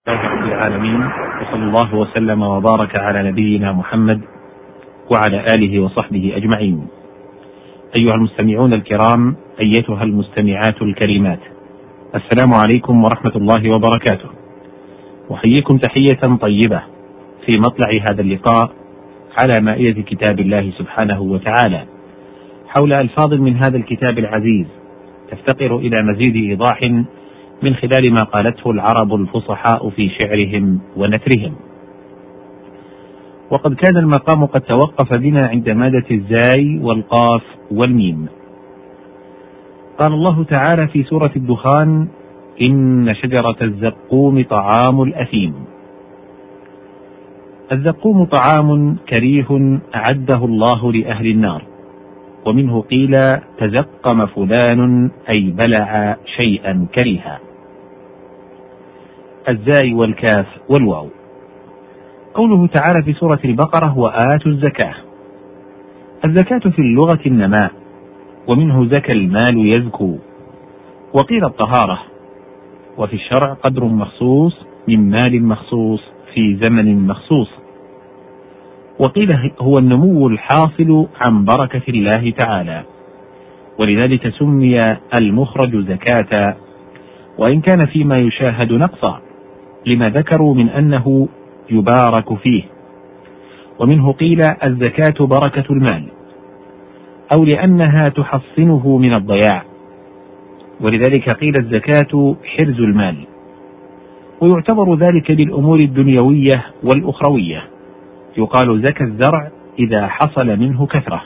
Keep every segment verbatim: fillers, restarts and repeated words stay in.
لله رب العالمين، وصلى الله وسلم وبارك على نبينا محمد وعلى آله وصحبه أجمعين. أيها المستمعون الكرام، أيتها المستمعات الكريمات، السلام عليكم ورحمة الله وبركاته. أحييكم تحية طيبة في مطلع هذا اللقاء على مائدة كتاب الله سبحانه وتعالى، حول ألفاظ من هذا الكتاب العزيز تفتقر إلى مزيد إيضاح من خلال ما قالته العرب الفصحاء في شعرهم ونثرهم. وقد كان المقام قد توقف بنا عند مادة الزاي والقاف والميم. قال الله تعالى في سورة الدخان: إن شجرة الزقوم طعام الأثيم. الزقوم طعام كريه أعده الله لأهل النار، ومنه قيل تزقم فلان أي بلع شيئا كريها. الزاي والكاف والواو. قوله تعالى في سورة البقرة: وآتوا الزكاة. الزكاة في اللغة النماء، ومنه زكى المال يزكو، وقيل الطهارة، وفي الشرع قدر مخصوص من مال مخصوص في زمن مخصوص، وقيل هو النمو الحاصل عن بركة الله تعالى، ولذلك سمي المخرج زكاة، وإن كان فيما يشاهد نقصا، لما ذكروا من أنه يبارك فيه. ومنه قيل الزكاة بركة المال، أو لأنها تحصنه من الضياع، ولذلك قيل الزكاة حرز المال، ويعتبر ذلك بالأمور الدنيوية والأخروية. يقال زكى الزرع إذا حصل منه كثرة.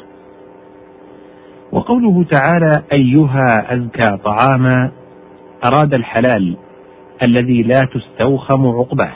وقوله تعالى: أيها أزكى طعاما، أراد الحلال الذي لا تستوخم عقباه.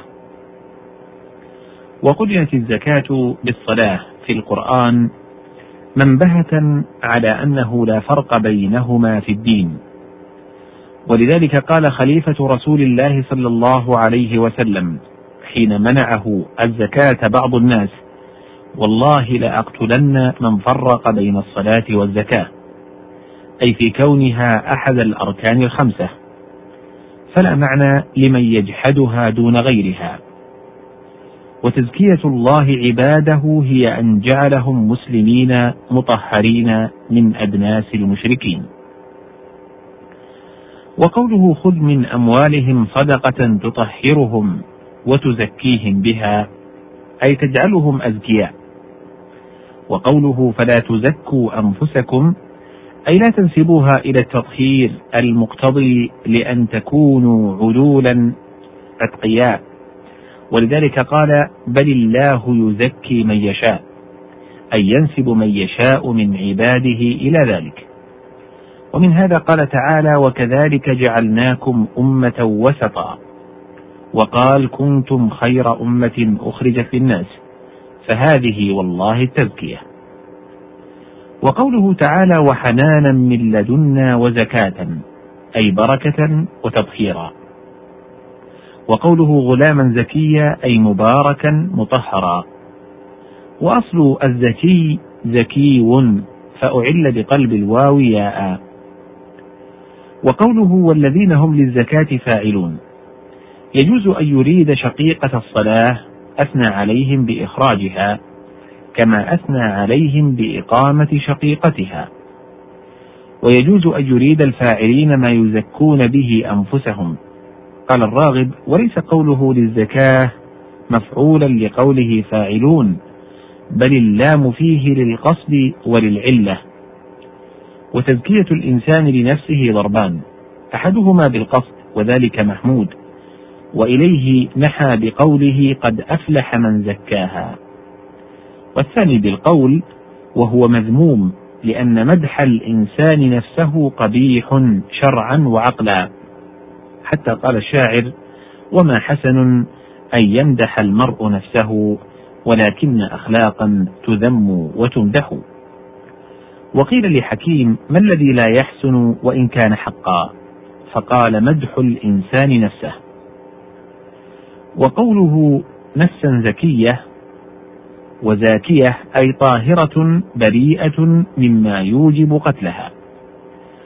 وقرنت الزكاة بالصلاة في القرآن منبهة على أنه لا فرق بينهما في الدين، ولذلك قال خليفة رسول الله صلى الله عليه وسلم حين منعه الزكاة بعض الناس: والله لأقتلن من فرق بين الصلاة والزكاة، أي في كونها أحد الأركان الخمسة، فلا معنى لمن يجحدها دون غيرها. وتزكية الله عباده هي أن جعلهم مسلمين مطهرين من أدناس المشركين. وقوله: خذ من أموالهم صدقة تطهرهم وتزكيهم بها، أي تجعلهم أزكياء. وقوله: فلا تزكوا أنفسكم، أي لا تنسبوها إلى التطهير المقتضي لأن تكونوا عدولا أتقياء، ولذلك قال: بل الله يزكي من يشاء، أي ينسب من يشاء من عباده إلى ذلك. ومن هذا قال تعالى: وكذلك جعلناكم أمة وسطا، وقال: كنتم خير أمة أخرجت للناس، فهذه والله التزكية. وقوله تعالى: وحنانا من لدنا وزكاة، أي بركة وتطهيرا. وقوله: غلاما زكيا، أي مباركا مطهرا. وأصل الزكي زكي، فأعل بقلب الواو ياء. وقوله: والذين هم للزكاة فاعلون، يجوز أن يريد شقيقة الصلاة أثنى عليهم بإخراجها، كما أثنى عليهم بإقامة شقيقتها. ويجوز أن يريد الفاعلين ما يزكون به أنفسهم. قال الراغب: وليس قوله للزكاة مفعولا لقوله فاعلون، بل اللام فيه للقصد وللعلة. وتزكية الإنسان لنفسه ضربان: أحدهما بالقصد وذلك محمود، وإليه نحى بقوله: قد أفلح من زكاها. والثاني بالقول، وهو مذموم، لأن مدح الإنسان نفسه قبيح شرعا وعقلا، حتى قال الشاعر: وما حسن أن يمدح المرء نفسه، ولكن أخلاقا تذم وتمدح. وقيل لحكيم: ما الذي لا يحسن وإن كان حقا؟ فقال: مدح الإنسان نفسه. وقوله: نفسا زكية وزاكية، أي طاهرة بريئة مما يوجب قتلها.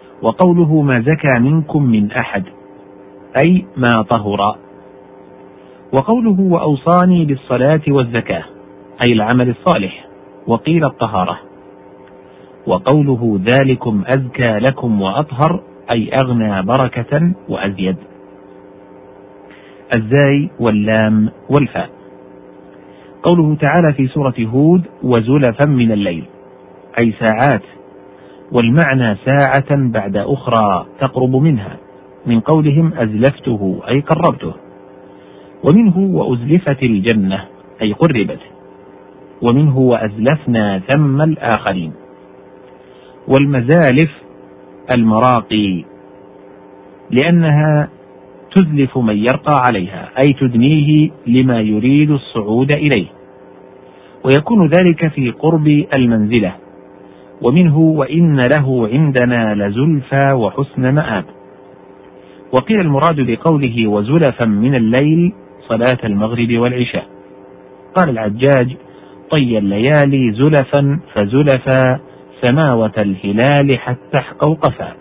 وقوله: ما زكى منكم من أحد، أي ما طهر. وقوله وأوصاني بالصلاة والزكاة أي العمل الصالح، وقيل الطهارة. وقوله ذلكم أزكى لكم وأطهر أي أغنى بركة وأزيد. الزاي واللام والفاء. قوله تعالى في سورة هود وزلفا من الليل أي ساعات، والمعنى ساعة بعد أخرى تقرب منها، من قولهم أزلفته أي قربته. ومنه وأزلفت الجنة أي قربت، ومنه وأزلفنا ثم الآخرين. والمزالف المراقي لأنها تزلف من يرقى عليها أي تدنيه لما يريد الصعود إليه، ويكون ذلك في قرب المنزلة. ومنه وإن له عندنا لزلفى وحسن مآب. وقيل المراد بقوله وزلفا من الليل صلاة المغرب والعشاء. قال العجاج طي الليالي زلفا فزلفا سماوة الهلال حتى احقوقفا.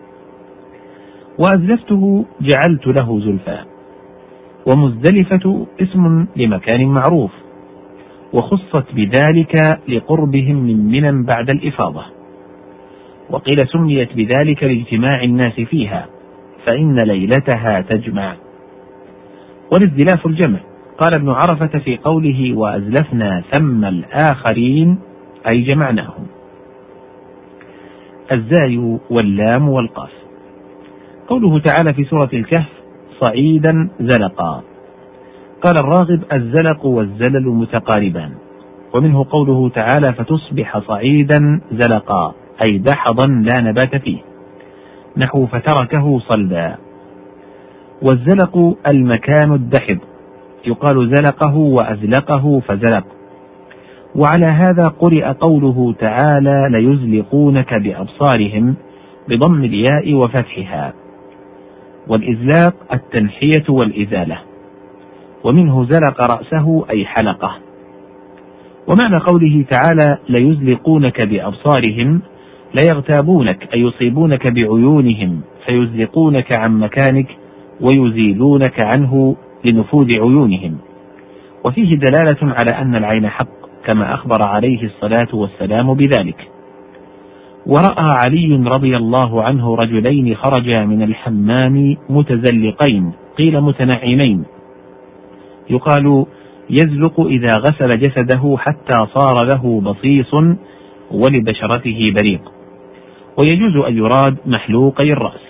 وأزلفته جعلت له زلفا. ومزدلفة اسم لمكان معروف، وخصت بذلك لقربهم من منى بعد الإفاضة. وقيل سميت بذلك لاجتماع الناس فيها، فإن ليلتها تجمع. والازدلاف الجمع. قال ابن عرفة في قوله وأزلفنا ثم الآخرين أي جمعناهم. الزاي واللام والقاف. قوله تعالى في سورة الكهف صعيدا زلقا. قال الراغب الزلق والزلل متقاربان. ومنه قوله تعالى فتصبح صعيدا زلقا أي دحضا لا نبات فيه، نحو فتركه صلدا. والزلق المكان الدحض، يقال زلقه وأزلقه فزلق. وعلى هذا قرئ قوله تعالى ليزلقونك بأبصارهم بضم الياء وفتحها. والإزلاق التنحية والإزالة. ومنه زلق رأسه أي حلقه. ومعنى قوله تعالى ليزلقونك بأبصارهم ليغتابونك أي يصيبونك بعيونهم فيزلقونك عن مكانك ويزيلونك عنه لنفوذ عيونهم. وفيه دلالة على أن العين حق كما أخبر عليه الصلاة والسلام بذلك. ورأى علي رضي الله عنه رجلين خرجا من الحمام متزلقين، قيل متنعمين، يقال يزلق إذا غسل جسده حتى صار له بصيص ولبشرته بريق. ويجوز أن يراد محلوقي الرأس.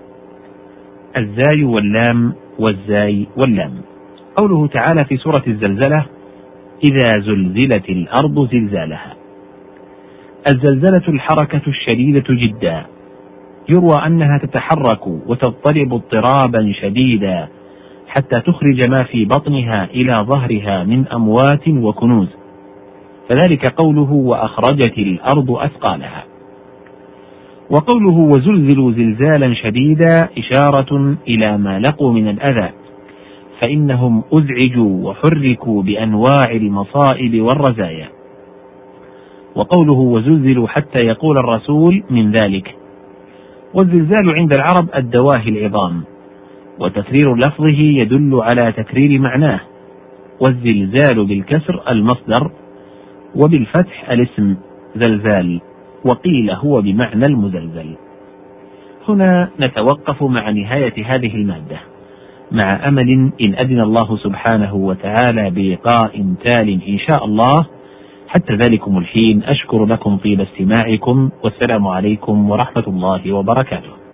الزاي واللام والزاي واللام. قوله تعالى في سورة الزلزلة إذا زلزلت الأرض زلزالها. الزلزلة الحركة الشديدة جدا، يروى أنها تتحرك وتضطرب اضطرابا شديدا حتى تخرج ما في بطنها إلى ظهرها من أموات وكنوز، فذلك قوله وأخرجت الأرض أثقالها. وقوله وزلزلوا زلزالا شديدا إشارة إلى ما لقوا من الأذى، فإنهم أزعجوا وحركوا بأنواع المصائب والرزايا. وقوله وزلزلوا حتى يقول الرسول من ذلك. والزلزال عند العرب الدواهي العظام، وتكرير لفظه يدل على تكرير معناه. والزلزال بالكسر المصدر، وبالفتح الاسم زلزال، وقيل هو بمعنى المزلزل. هنا نتوقف مع نهاية هذه المادة، مع أمل إن أذن الله سبحانه وتعالى بلقاء تال إن شاء الله. حتى ذلكم الحين أشكر لكم طيب استماعكم، والسلام عليكم ورحمة الله وبركاته.